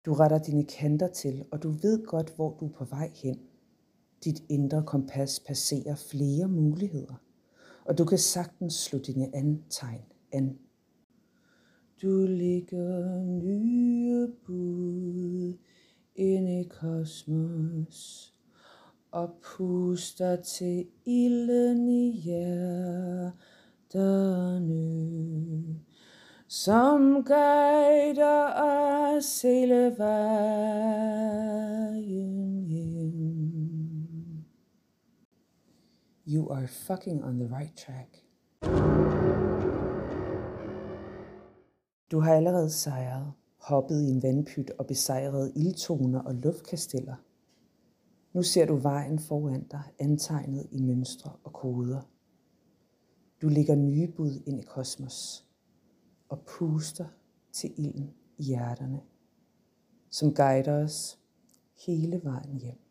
Du retter dine kanter til, og du ved godt, hvor du er på vej hen. Dit indre kompas passerer flere muligheder, og du kan sagtens slå dine antegn an. Du ligger nye bud ind i kosmos og puster til ilden i hjerterne, som guider os hele vejen hjem. You are fucking on the right track. Du har allerede sejret, hoppet i en vandpyt og besejret ildtoner og luftkasteller. Nu ser du vejen foran dig, antegnet i mønstre og koder. Du lægger nye bud ind i kosmos og puster til ilden i hjerterne, som guider os hele vejen hjem.